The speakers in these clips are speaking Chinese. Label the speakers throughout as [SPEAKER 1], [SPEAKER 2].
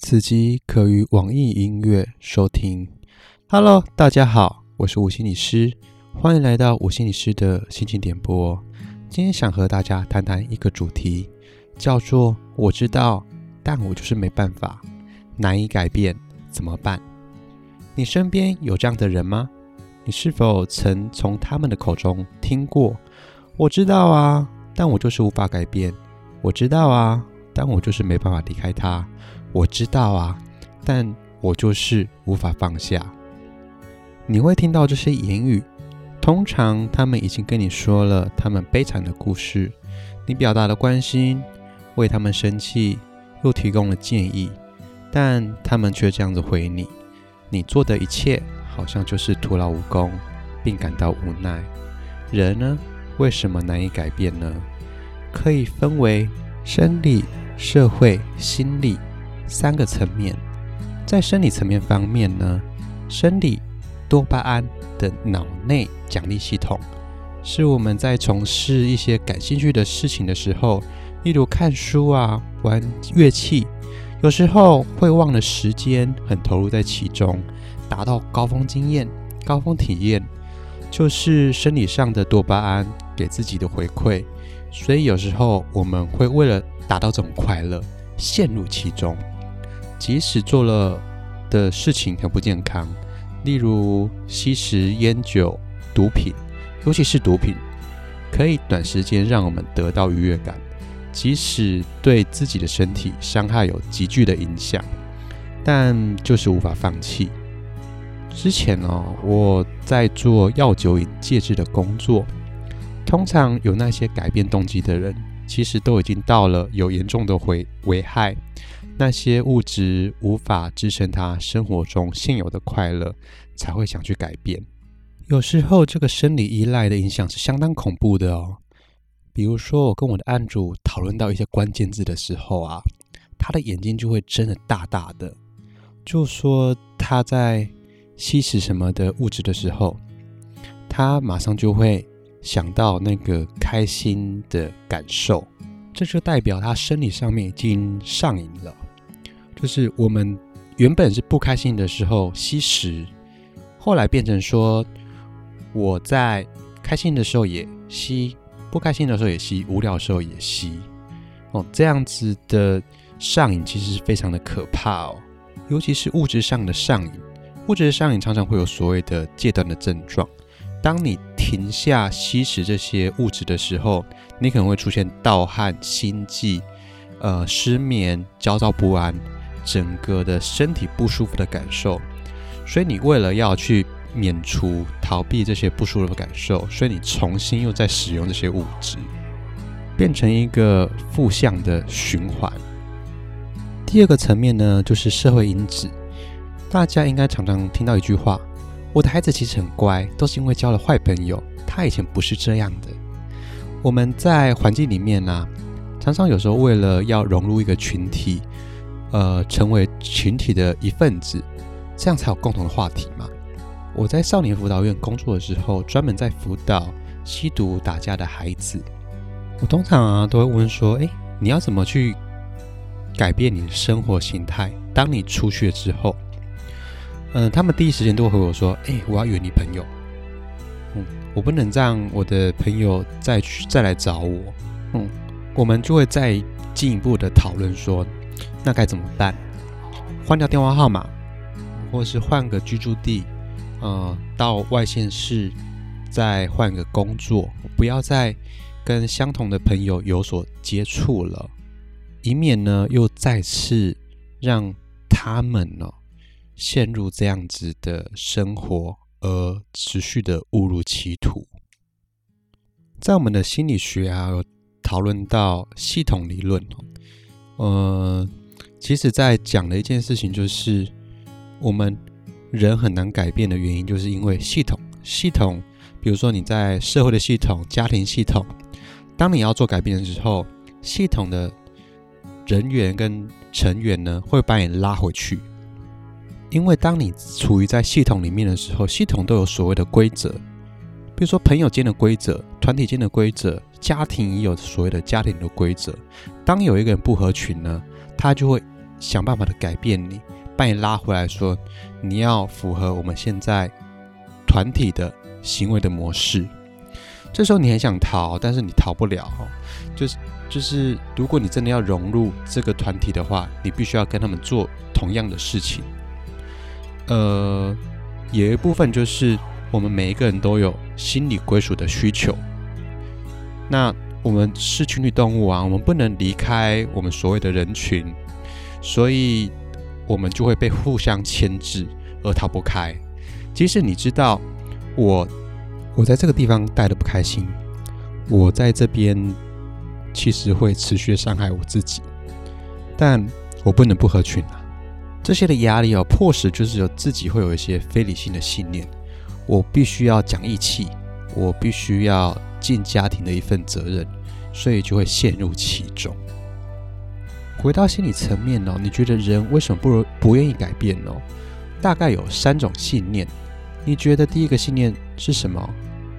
[SPEAKER 1] 此集可于网易音乐收听。Hello， 大家好，我是吴心理师，欢迎来到吴心理师的心情点播。今天想和大家谈谈一个主题，叫做我知道，但我就是没办法，难以改变，怎么办？你身边有这样的人吗？你是否曾从他们的口中听过？我知道啊，但我就是无法改变。我知道啊，但我就是没办法离开他。我知道啊，但我就是无法放下。你会听到这些言语，通常他们已经跟你说了他们悲惨的故事，你表达了关心，为他们生气，又提供了建议，但他们却这样子回你，你做的一切好像就是徒劳无功，并感到无奈。人呢，为什么难以改变呢？可以分为生理、社会、心理三个层面。在生理层面方面呢，生理多巴胺的脑内奖励系统是我们在从事一些感兴趣的事情的时候，例如看书啊、玩乐器，有时候会忘了时间，很投入在其中，达到高峰经验、高峰体验，就是生理上的多巴胺给自己的回馈。所以有时候我们会为了达到这种快乐，陷入其中，即使做了的事情很不健康，例如吸食烟酒、毒品，尤其是毒品，可以短时间让我们得到愉悦感，即使对自己的身体伤害有急剧的影响，但就是无法放弃。之前我在做药酒瘾戒治的工作，通常有那些改变动机的人，其实都已经到了有严重的危害，那些物质无法支撑他生活中现有的快乐，才会想去改变。有时候这个生理依赖的影响是相当恐怖的哦。比如说我跟我的案主讨论到一些关键字的时候啊，他的眼睛就会睁得大大的，就说他在吸食什么的物质的时候，他马上就会想到那个开心的感受，这就代表他生理上面已经上瘾了。就是我们原本是不开心的时候吸食，后来变成说我在开心的时候也吸，不开心的时候也吸，无聊的时候也吸。这样子的上瘾其实是非常的可怕哦，尤其是物质上的上瘾。物质的上瘾常常会有所谓的戒断的症状。当你停下吸食这些物质的时候，你可能会出现盗汗、心悸、失眠、焦躁不安，整个的身体不舒服的感受。所以你为了要去免除、逃避这些不舒服的感受，所以你重新又在使用这些物质，变成一个负向的循环。第二个层面呢，就是社会因子。大家应该常常听到一句话，我的孩子其实很乖，都是因为交了坏朋友，他以前不是这样的。我们在环境里面啊，常常有时候为了要融入一个群体，成为群体的一份子，这样才有共同的话题嘛。我在少年辅导院工作的时候，专门在辅导吸毒打架的孩子，我通常都会问说，你要怎么去改变你的生活形态？当你出去了之后，他们第一时间都会回我说，我要远离朋友，我不能让我的朋友再来找我，我们就会再进一步的讨论说，那该怎么办？换掉电话号码，或是换个居住地，到外县市再换个工作，不要再跟相同的朋友有所接触了，以免呢又再次让他们陷入这样子的生活，而持续的误入歧途。在我们的心理学有讨论到系统理论，其实在讲的一件事情就是，我们人很难改变的原因，就是因为系统，比如说你在社会的系统、家庭系统，当你要做改变的时候，系统的人员跟成员呢，会把你拉回去。因为当你处于在系统里面的时候，系统都有所谓的规则，比如说朋友间的规则、团体间的规则、家庭也有所谓的家庭的规则。当有一个人不合群呢，他就会想办法的改变你，把你拉回来说，你要符合我们现在团体的行为的模式。这时候你很想逃，但是你逃不了，就是如果你真的要融入这个团体的话，你必须要跟他们做同样的事情。有一部分就是我们每一个人都有心理归属的需求。那我们是群体动物啊，我们不能离开我们所谓的人群，所以我们就会被互相牵制而逃不开。即使你知道我在这个地方待得不开心，我在这边其实会持续伤害我自己，但我不能不合群啊。这些的压力迫使就是有自己会有一些非理性的信念，我必须要讲义气，我必须要尽家庭的一份责任，所以就会陷入其中。回到心理层面你觉得人为什么不愿意改变大概有3种信念。你觉得第一个信念是什么？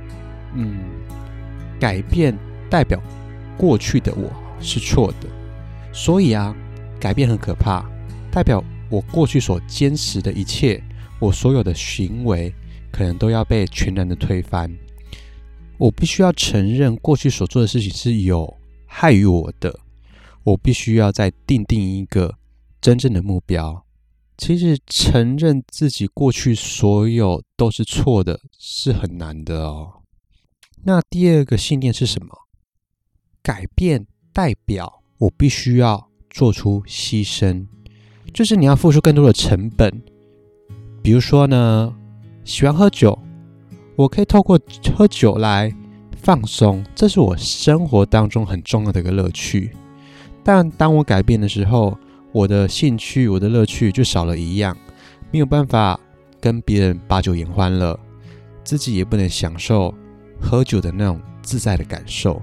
[SPEAKER 1] 改变代表过去的我是错的，所以改变很可怕，代表我过去所坚持的一切，我所有的行为可能都要被全然的推翻。我必须要承认过去所做的事情是有害于我的，我必须要再定一个真正的目标。其实承认自己过去所有都是错的是很难的那第二个信念是什么？改变代表我必须要做出牺牲，就是你要付出更多的成本。比如说呢，喜欢喝酒，我可以透过喝酒来放松，这是我生活当中很重要的一个乐趣。但当我改变的时候，我的兴趣，我的乐趣就少了一样，没有办法跟别人把酒言欢了，自己也不能享受喝酒的那种自在的感受。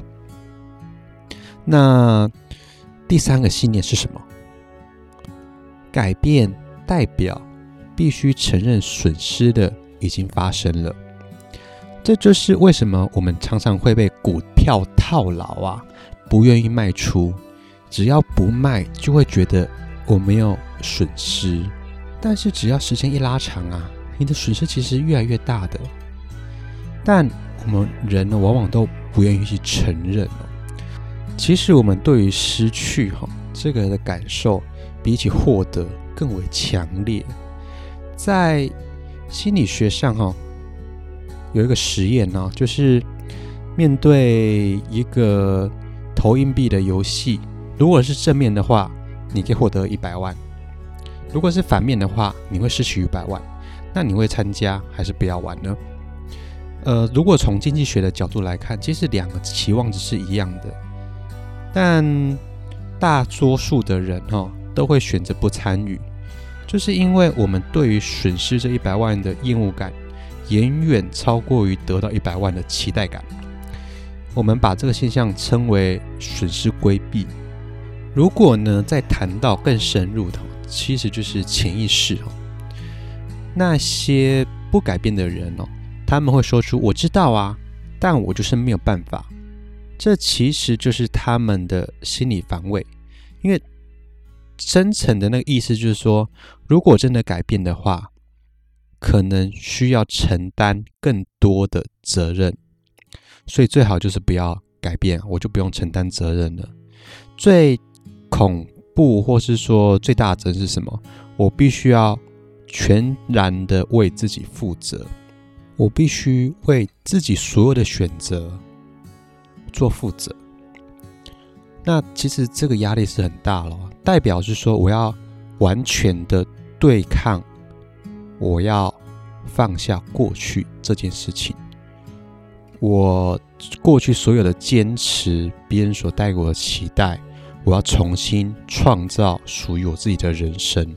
[SPEAKER 1] 那第3个信念是什么？改变代表必须承认损失的已经发生了。这就是为什么我们常常会被股票套牢不愿意卖出，只要不卖就会觉得我没有损失，但是只要时间一拉长你的损失其实越来越大的。但我们人往往都不愿意去承认其实我们对于失去这个的感受比起获得更为强烈。在心理学上有一个实验就是面对一个投硬币的游戏，如果是正面的话，你可以获得100万；如果是反面的话，你会失去100万。那你会参加还是不要玩呢？如果从经济学的角度来看，其实2个期望值是一样的，但大多数的人都会选择不参与，就是因为我们对于损失这100万的厌恶感远远超过于得到100万的期待感。我们把这个现象称为损失规避。如果呢再谈到更深入的，其实就是潜意识那些不改变的人他们会说出我知道但我就是没有办法。这其实就是他们的心理防卫，因为深层的那个意思就是说，如果真的改变的话，可能需要承担更多的责任，所以最好就是不要改变，我就不用承担责任了。最恐怖或是说最大的责任是什么？我必须要全然的为自己负责，我必须为自己所有的选择做负责。那其实这个压力是很大了，代表是说我要完全的对抗，我要放下过去这件事情，我过去所有的坚持，别人所带给我的期待，我要重新创造属于我自己的人生。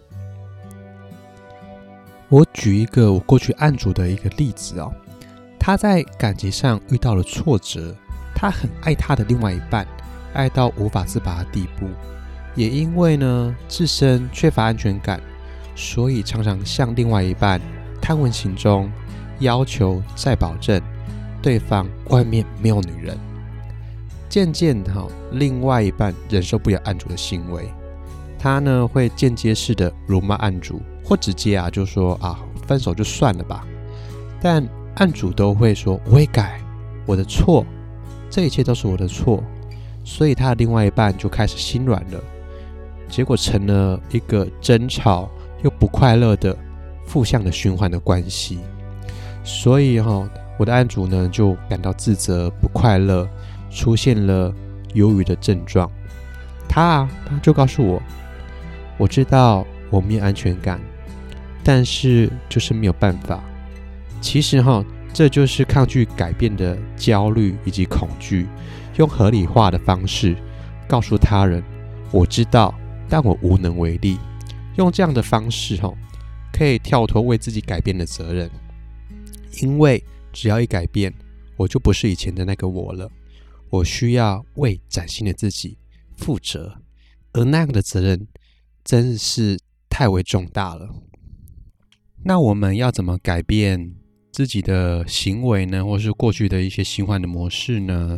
[SPEAKER 1] 我举一个我过去案主的一个例子他在感情上遇到了挫折，他很爱他的另外一半，爱到无法自拔的地步，也因为呢自身缺乏安全感，所以常常向另外一半探问行踪，要求再保证对方外面没有女人。渐渐的另外一半忍受不了案主的行为， 他呢会间接式的辱骂案主，或直接就说分手就算了吧。但案主都会说我会改，我的错，这一切都是我的错。所以他的另外一半就开始心软了，结果成了一个争吵又不快乐的负向的循环的关系。所以我的案主呢就感到自责不快乐，出现了忧郁的症状。他就告诉我，我知道我没有安全感，但是就是没有办法。其实这就是抗拒改变的焦虑以及恐惧，用合理化的方式告诉他人我知道，但我无能为力。用这样的方式可以跳脱为自己改变的责任，因为只要一改变，我就不是以前的那个我了。我需要为崭新的自己负责，而那样的责任真是太为重大了。那我们要怎么改变自己的行为呢？或是过去的一些循环的模式呢？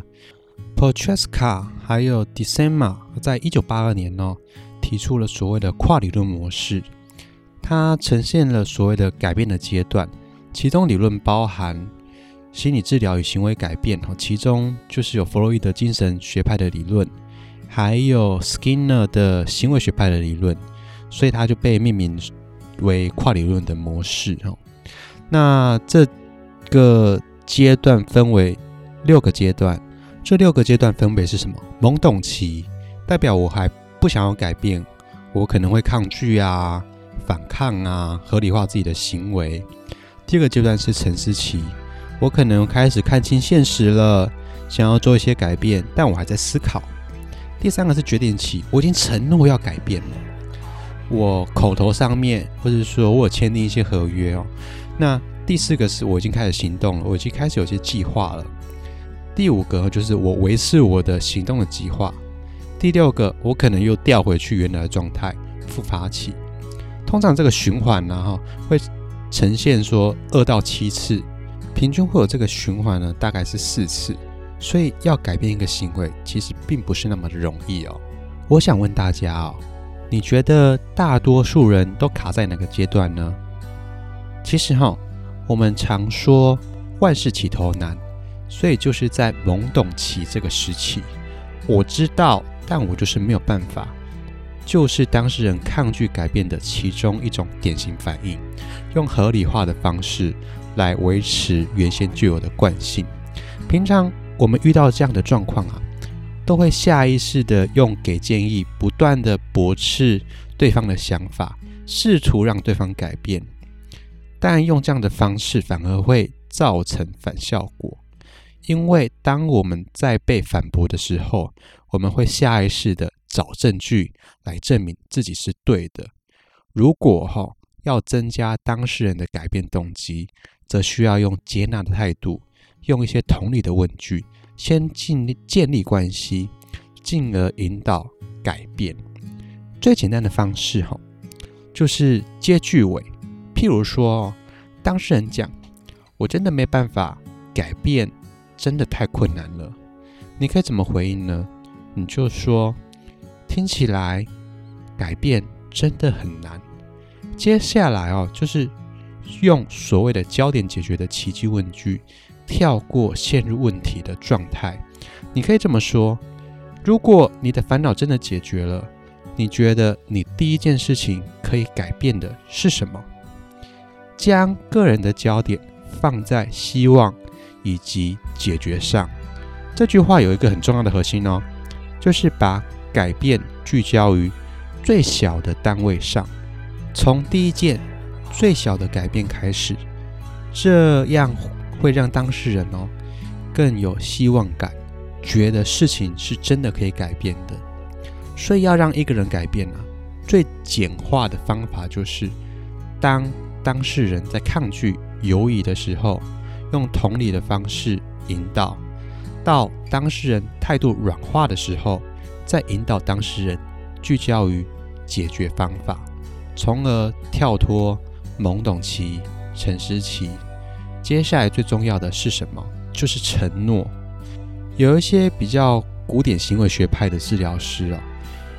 [SPEAKER 1] Prochaska 还有 Disema 在1982年提出了所谓的跨理论模式，它呈现了所谓的改变的阶段，其中理论包含心理治疗与行为改变，其中就是有弗洛伊德精神学派的理论，还有 Skinner 的行为学派的理论，所以它就被命名为跨理论的模式。那这个阶段分为6个阶段，这6个阶段分别是什么？懵懂期，代表我还不想要改变，我可能会抗拒反抗合理化自己的行为。第2个阶段是沉思期，我可能开始看清现实了，想要做一些改变，但我还在思考。第3个是决定期，我已经承诺要改变了，我口头上面或者说我有签订一些合约那第4个是我已经开始行动了，我已经开始有些计划了。第5个就是我维持我的行动的计划。第6个我可能又调回去原来的状态，复发期。通常这个循环会呈现说2到7次，平均会有这个循环呢大概是4次。所以要改变一个行为其实并不是那么的容易我想问大家你觉得大多数人都卡在哪个阶段呢？其实我们常说万事起头难，所以就是在懵懂期这个时期，我知道但我就是没有办法，就是当事人抗拒改变的其中一种典型反应，用合理化的方式来维持原先具有的惯性。平常我们遇到这样的状况都会下意识的用给建议不断的驳斥对方的想法，试图让对方改变，但用这样的方式反而会造成反效果。因为当我们在被反驳的时候，我们会下意识的找证据来证明自己是对的。如果要增加当事人的改变动机，则需要用接纳的态度，用一些同理的问句，先建立关系，进而引导改变。最简单的方式就是接句尾。譬如说当事人讲我真的没办法改变，真的太困难了，你可以怎么回应呢？你就说听起来改变真的很难。接下来就是用所谓的焦点解决的奇迹问句，跳过陷入问题的状态。你可以这么说，如果你的烦恼真的解决了，你觉得你第一件事情可以改变的是什么？将个人的焦点放在希望以及解决上。这句话有一个很重要的核心就是把改变聚焦于最小的单位上，从第一件最小的改变开始，这样会让当事人更有希望感，觉得事情是真的可以改变的。所以要让一个人改变最简化的方法就是当当事人在抗拒犹疑的时候，用同理的方式引导，到当事人态度软化的时候，再引导当事人聚焦于解决方法，从而跳脱懵懂期、沉思期。接下来最重要的是什么？就是承诺。有一些比较古典行为学派的治疗师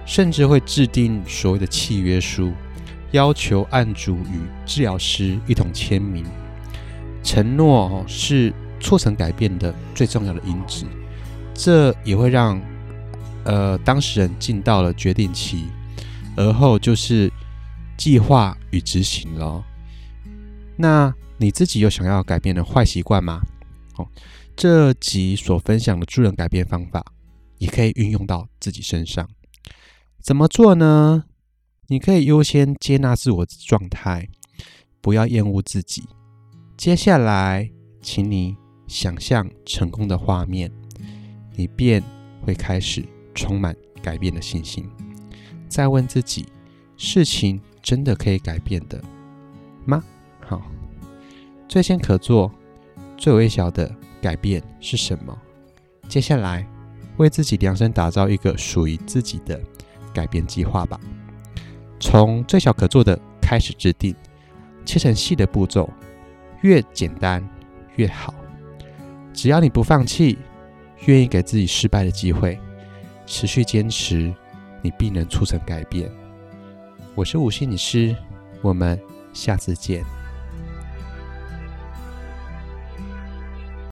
[SPEAKER 1] 甚至会制定所谓的契约书，要求案主与治疗师一同签名。承诺是促成改变的最重要的因子，这也会让当事人进到了决定期，而后就是计划与执行了。那你自己有想要改变的坏习惯吗？这集所分享的助人改变方法也可以运用到自己身上。怎么做呢？你可以优先接纳自我的状态，不要厌恶自己。接下来请你想象成功的画面，你便会开始充满改变的信心。再问自己，事情真的可以改变的吗？好，最先可做最微小的改变是什么？接下来为自己量身打造一个属于自己的改变计划吧。从最小可做的开始制定，切成细的步骤，越简单越好。只要你不放弃，愿意给自己失败的机会，持续坚持，你必能促成改变。我是吴心理师，我们下次见。